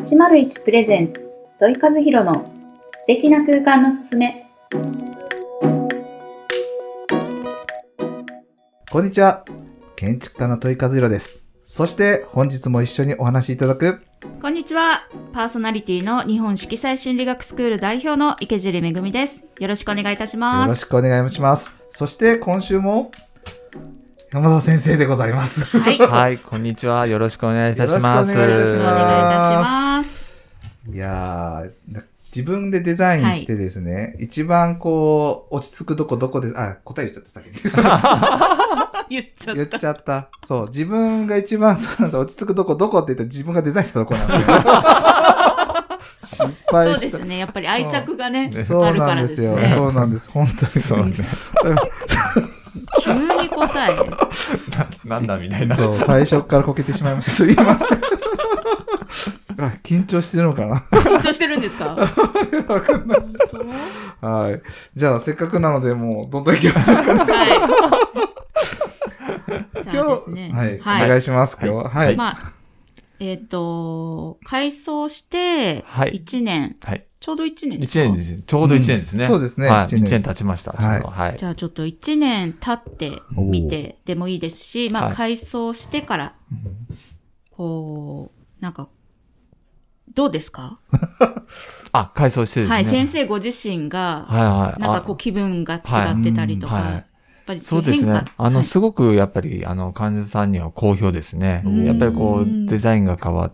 801プレゼンツ土井和弘の素敵な空間のすすめ。 こんにちは、建築家の土井和弘です。そして本日も一緒にお話しいただく、 こんにちは、パーソナリティの日本色彩心理学スクール代表の池尻めぐみです。よろしくお願いいたします。 よろしくお願いします。そして今週も山田先生でございます。 はい、 はい、こんにちは。よろしくお願いいたします。 よろしくお願いいたします。 よろしくお願いいたします。 いやー、自分でデザインしてですね、はい、一番こう落ち着くどこで、答え言っちゃった先に。 言っちゃった。 そう、自分が一番そうなんです。落ち着くどこって言ったら自分がデザインしたとこなんですよ。失敗した。 そうですね。やっぱり愛着がね、 そうあるからですね。 そうなんです。本当にそうね。 急に答え。 なんだみたいな。 そう、最初からこけてしまいました。すいません。緊張してるのかな。 緊張してるんですか。わかんない。はい。じゃあせっかくなのでもうどんどん行きましょうかね。 はい。じゃあですね。 はい。お願いします。今日は。はい。 まあ、改装して1年。 はい。 ちょうど1年ですか。1年です。ちょうど1年ですね。 そうですね。 はい。1年経ちました。 はい。 じゃあちょっと1年経ってみてでもいいですし、まあ改装してから、こう、なんか、どうですか？ 改装してですね。 はい、先生ご自身が、なんかこう気分が違ってたりとか、やっぱりそうですね。すごくやっぱり、患者さんには好評ですね。やっぱりこう、デザインが変わって、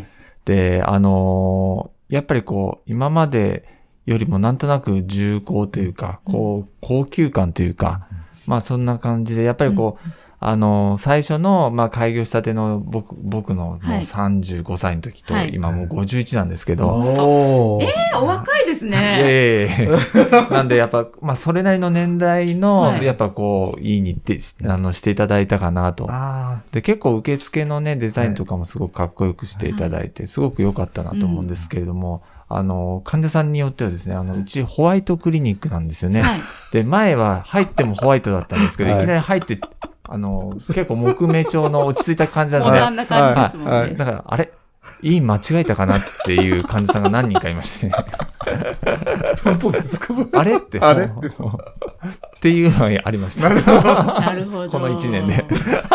で、やっぱりこう、今までよりもなんとなく重厚というか、こう、高級感というか、まあそんな感じで、やっぱりこう、最初の、まあ、開業したての僕のもう35歳の時と、今もう51なんですけど。 お若いですね。 なんでやっぱ、まあ、それなりの年代の、やっぱこう、いいにしていただいたかなと。で、結構受付のね、デザインとかもすごくかっこよくしていただいて、すごく良かったなと思うんですけれども、患者さんによってはですね、うちホワイトクリニックなんですよね。で、前は入ってもホワイトだったんですけど、いきなり入って、結構木目調の落ち着いた感じなので、 あんな感じですもんね。 だから、あれ間違えたかなっていう患者さんが何人かいましてね。 本当ですか？ あれっていうのはありました。 なるほど。 この1年で。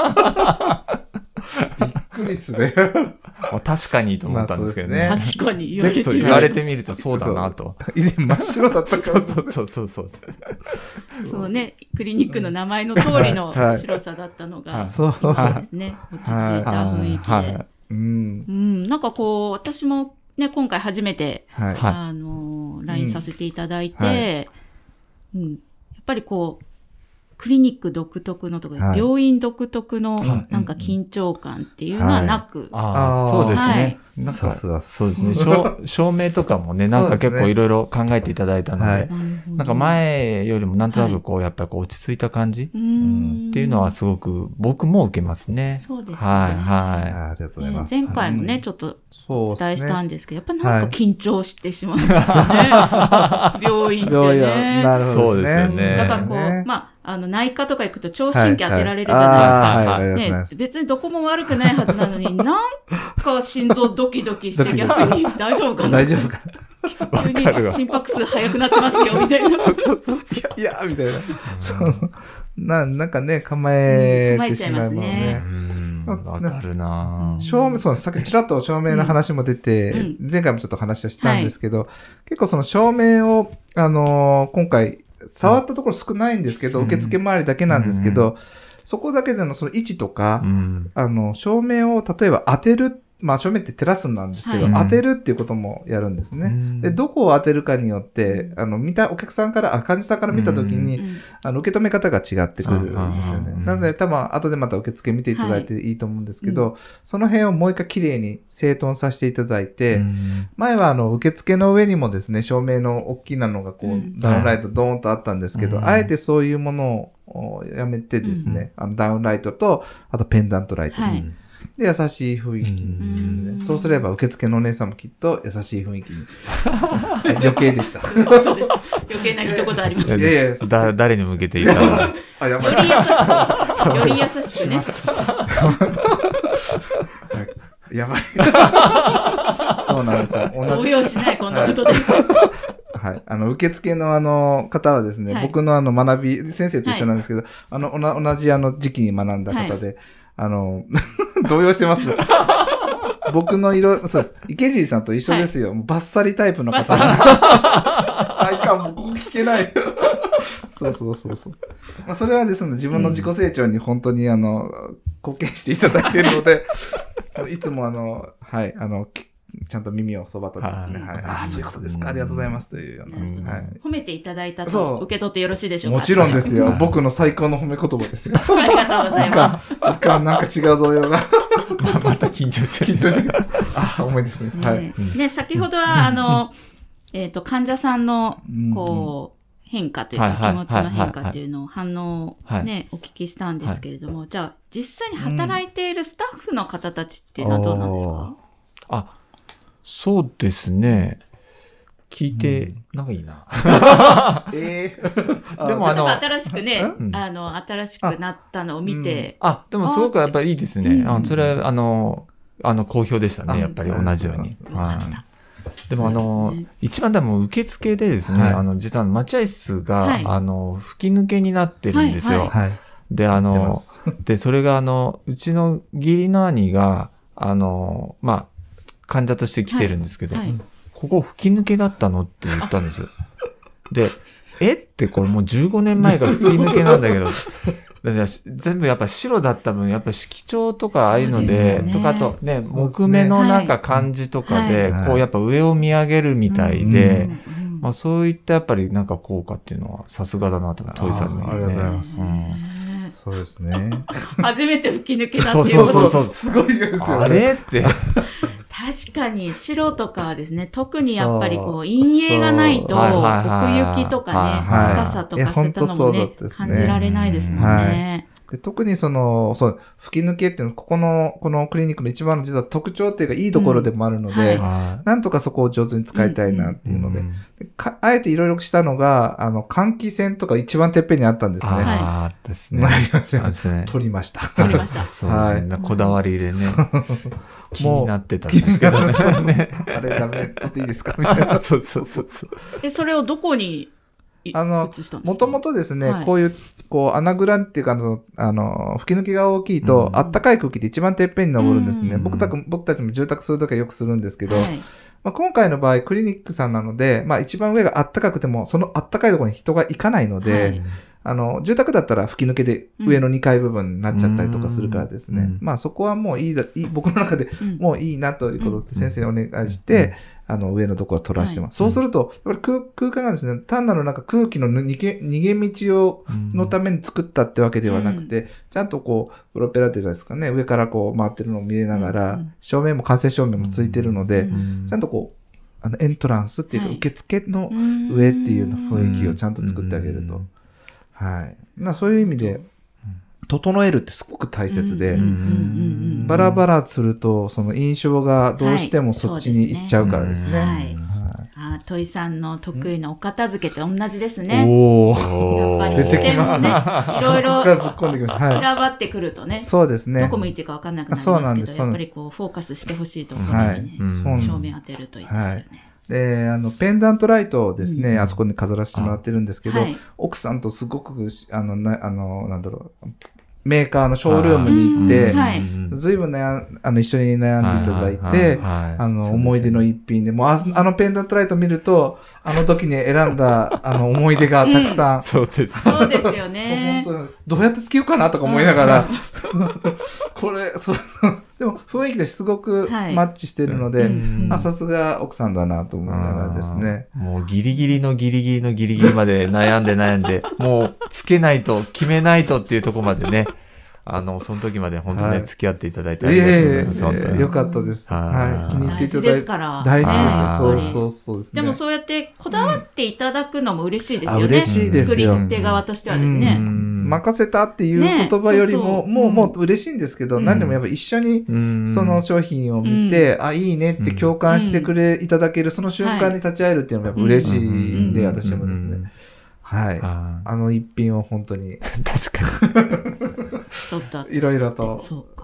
びっくりっすね。 確かにと思ったんですけどね。 確かに言われてみるとそうだなと。 以前真っ白だったから。 そう。 そうね、クリニックの名前の通りの白さだったのが、そうですね、落ち着いた雰囲気で。なんかこう、私もね、今回初めて、LINE させていただいて、やっぱりこう、クリニック独特のとか、病院独特のなんか緊張感っていうのはなく。 そうですね。なんか、そうですね。照明とかもね、なんか結構いろいろ考えていただいたので、なんか前よりもなんとなくこう、やっぱりこう落ち着いた感じっていうのはすごく僕も受けますね。 そうですね。 ありがとうございます。 前回もね、ちょっとお伝えしたんですけど、やっぱなんか緊張してしまうんですよね。病院ってね。 なるほど。 そうですよね。 だからこう、まあ、内科とか行くと聴診器当てられるじゃないですか。ね、別にどこも悪くないはずなのに、なんか心臓ドキドキして逆に大丈夫かな大丈夫か急に心拍数速くなってますよ、みたいな。 そう。いや、みたいな。そう。なんかね、構えてしまいますね。 わかるな照明、さっきちらっと照明の話も出て、前回もちょっと話をしたんですけど、結構その照明を、今回、触ったところ少ないんですけど、受付周りだけなんですけど、そこだけでのその位置とか、照明を例えば当てる、まあ照明って照らすなんですけど、当てるっていうこともやるんですね。で、どこを当てるかによって、お客さんから、患者さんから見たときに、受け止め方が違ってくるんですよね。なので多分後でまた受付見ていただいていいと思うんですけど、その辺をもう一回きれいに整頓させていただいて、前は受付の上にもですね、照明の大きなのがこう、ダウンライトドーンとあったんですけど、あえてそういうものをやめてですね、ダウンライトと、あとペンダントライト。で、優しい雰囲気ですね。そうすれば受付のお姉さんもきっと優しい雰囲気に。余計でした。 本当です。余計な一言あります。 いや誰に向けていたら。 より優しくね。 やばい。そうなんですよ。 動揺しない、こんなことで。 はい。受付の方はですね、僕の学び、先生と一緒なんですけど、同じ時期に学んだ方で、動揺してますね。僕のそうです。池尻さんと一緒ですよ。バッサリタイプの方。いかん、もうここ聞けない。そう。まあ、それはですね、自分の自己成長に本当に貢献していただいているので、いつもはい、ちゃんと耳をそば立てますね。はい。ああ、そういうことですか。ありがとうございます。というような。はい。 褒めていただいたと受け取ってよろしいでしょうか。 もちろんですよ。僕の最高の褒め言葉ですよ。 ありがとうございます。 なんか違う動揺が。 また緊張してる。 あ、重いですね。はい。 で、先ほどは、患者さんの、変化というか、気持ちの変化というのを、反応をね、お聞きしたんですけれども、じゃあ、実際に働いているスタッフの方たちっていうのはどうなんですか？ そうですね。聞いて、なんかいいな。 でも新しくね、新しくなったのを見て。 でもすごくやっぱりいいですね。それは、好評でしたね。やっぱり同じように。でも一番でも受付でですね、実は待合室が、吹き抜けになってるんですよ。で、で、それがうちの義理の兄が、患者として来てるんですけど、ここ吹き抜けだったのって言ったんですよ。で、ってこれもう15年前から吹き抜けなんだけど、全部やっぱ白だった分、やっぱ色調とかああいうので、とかあとね、木目のなんか感じとかで、こうやっぱ上を見上げるみたいで、そういったやっぱりなんか効果っていうのはさすがだなと、トイさんのね。 ありがとうございます。そうですね。 初めて吹き抜けたっていうこと。 そう。すごいですよね。 あれって。 確かに白とかはですね、特にやっぱりこう陰影がないと奥行きとかね、深さとかそういったのもね、感じられないですもんね。 で特に吹き抜けっていうのは、このクリニックの一番の実は特徴っていうかいいところでもあるので、なんとかそこを上手に使いたいなっていうので、あえていろいろしたのが、換気扇とか一番てっぺんにあったんですね。 ですね。 ありますよね。取りました。 そうですね。こだわりでね。気になってたんですけどね。 あれダメ、取っていいですかみたいな。 そう。 それをどこにもともとですね、こういう、穴蔵っていうか、吹き抜けが大きいと、あったかい空気で一番てっぺんに登るんですね。僕たちも住宅するときはよくするんですけど、今回の場合、クリニックさんなので、一番上があったかくても、そのあったかいところに人が行かないので、住宅だったら吹き抜けで上の2階部分になっちゃったりとかするからですね。そこはもう僕の中でもういいなということで先生にお願いして、上のところを取らしてます。そうすると、やっぱり空間がですね、単なるなんか空気の逃げ道のために作ったってわけではなくて、ちゃんとプロペラっていうんですかね、上から回ってるのを見れながら、照明も間接照明もついてるので、ちゃんとエントランスっていうか、受付の上っていうような雰囲気をちゃんと作ってあげると。そういう意味で、整えるってすごく大切で、バラバラすると、その印象がどうしてもそっちに行っちゃうからですね。 トイさんの得意なお片付けと同じですね。やっぱり知ってますね。いろいろ散らばってくるとね。 そうですね。 どこ向いていくか分かんなくなりますけど、やっぱりフォーカスしてほしいところにね、照明当てるといいですよね。 で、ペンダントライトをですね、あそこに飾らせてもらってるんですけど、奥さんとすごく、なんだろう、メーカーのショールームに行って、ずいぶん一緒に悩んでいただいて、思い出の一品で、もうペンダントライト見ると、時に選んだ思い出がたくさん。 そうです。 そうですよね。 本当どうやってつけようかなとか思いながら、これ、でも雰囲気ですごくマッチしてるので、さすが奥さんだなと思いながらですね。 もうギリギリのギリギリのギリギリまで悩んで、もうつけないと、決めないとっていうところまでね、その時まで本当ね、付き合っていただいてありがとうございます。本当に。 よかったです。気に入っていただいて。 大事ですから。 大事ですよ。そうですね。 でもそうやってこだわっていただくのも嬉しいですよね。 嬉しいですよ。 作り手側としてはですね。 任せたっていう言葉よりも、もう嬉しいんですけど、何でもやっぱ一緒にその商品を見て、いいねって共感していただける、その瞬間に立ち会えるっていうのがやっぱ嬉しいんで、私もですね。一品を本当に。 確かに。 ちょっと。 いろいろと。 そうか。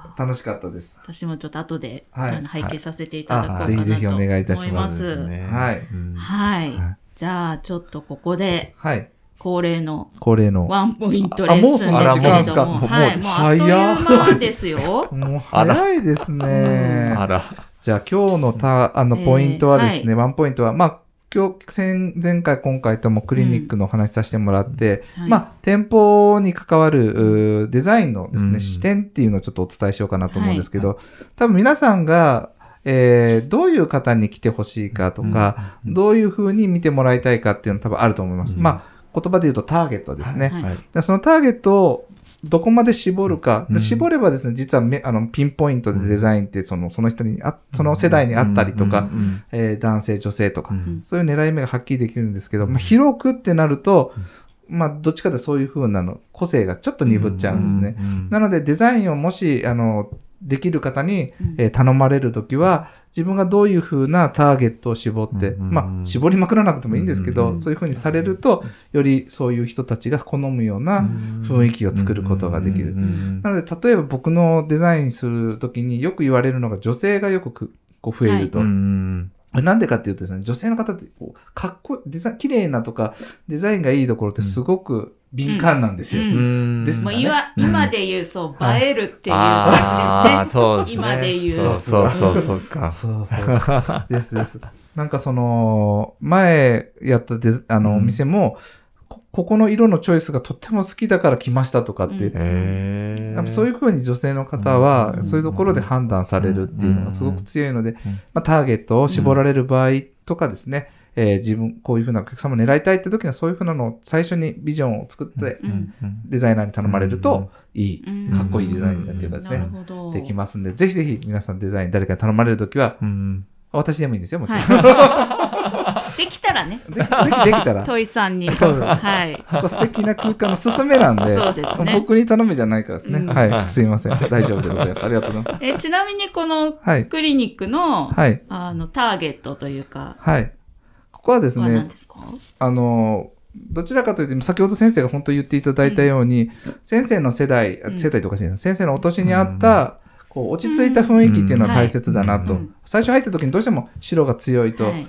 楽しかったです。 私もちょっと後で、 はい、 拝見させていただこうかなと思います。 ぜひぜひお願いいたします。 はい。はい。じゃあ、ちょっとここで、 はい。 恒例のワンポイントレッスンですけれども。 もうそんな時間ですか？ はい。もうあっという間ですよ。 もう早いですね。じゃあ今日のポイントはですね、ワンポイントは、前回今回ともクリニックの話させてもらって、店舗に関わるデザインのですね、視点っていうのをちょっとお伝えしようかなと思うんですけど、多分皆さんが、どういう方に来てほしいかとか、どういうふうに見てもらいたいかっていうの多分あると思います。言葉で言うとターゲットですね。そのターゲットをどこまで絞るか。絞ればですね、実はピンポイントでデザインってその人にその世代にあったりとか、男性、女性とか、そういう狙い目がはっきりできるんですけど、広くってなると、どっちかでそういう風な個性がちょっと鈍っちゃうんですね。なのでデザインをもし、できる方に、頼まれるときは、自分がどういう風なターゲットを絞って、絞りまくらなくてもいいんですけど、そういう風にされると、よりそういう人たちが好むような雰囲気を作ることができる。なので、例えば僕のデザインするときによく言われるのが、女性がよく増えると。なんでかっていうとですね、女性の方ってかっこいい、綺麗なとか、デザインがいいところってすごく敏感なんですよ。ですかね。 今で言う、そう、映えるっていう感じですね。 そうですね。 今で言う。 そうか。 そう。です。なんか前やったお店も、ここの色のチョイスがとっても好きだから来ましたとかって、やっぱそういう風に女性の方はそういうところで判断されるっていうのがすごく強いので、ターゲットを絞られる場合とかですね、自分こういう風なお客様を狙いたいって時にはそういう風なのを最初にビジョンを作ってデザイナーに頼まれるといい、かっこいいデザインだっていうかですね、できますんで、ぜひぜひ皆さんデザイン誰かに頼まれる時は、私でもいいんですよ、もちろん。 できたらね。 できたら。 トイさんに。 はい。素敵な空間の勧めなんで、 そうですね。 僕に頼めじゃないからですね。はい。すいません。大丈夫でございます。ありがとうございます。 ちなみにこのクリニックの、ターゲットというか。 はい。ここはですね、どちらかというと、先ほど先生が本当に言っていただいたように、先生の世代とか先生のお年に合った、落ち着いた雰囲気っていうのは大切だなと。最初入った時にどうしても白が強いと、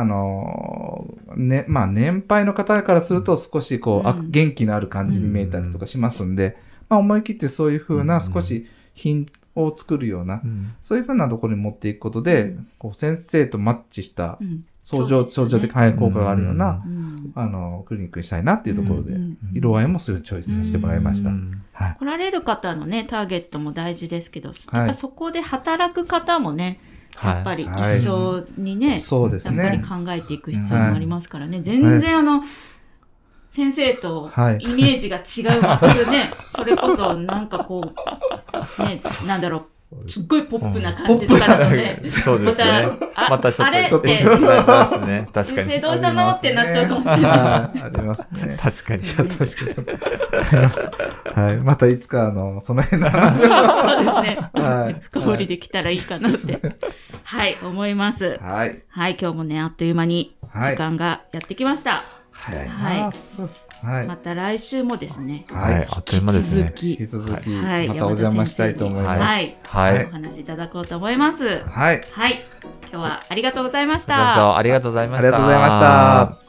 年配の方からすると少し元気のある感じに見えたりとかしますんで、思い切ってそういう風な少し品を作るような、そういう風なところに持っていくことで、先生とマッチした相乗的効果があるような、クリニックにしたいなっていうところで、色合いもそういうチョイスさせてもらいました。 来られる方のね、ターゲットも大事ですけど、やっぱそこで働く方もね、やっぱり一緒にね、 そうですね。 やっぱり考えていく必要もありますからね。全然先生とイメージが違う、全くね、それこそなんかね、なんだろう、すっごいポップな感じとかだとね。 そうですね。またちょっと。 あれって。 ますね。確かに。 先生どうしたのってなっちゃうかもしれない。 ありますね。 確かに。 あります。はい。またいつかその辺の話を。そうですね。深掘りできたらいいかなって。はい、思います。 はい。 はい、今日もね、あっという間に時間がやってきました。 はい。 また来週もですね。 はい。あっという間ですね。 引き続き、またお邪魔したいと思います。 はい。お話いただこうと思います。 はい。 今日はありがとうございました。 ありがとうございました。 ありがとうございました。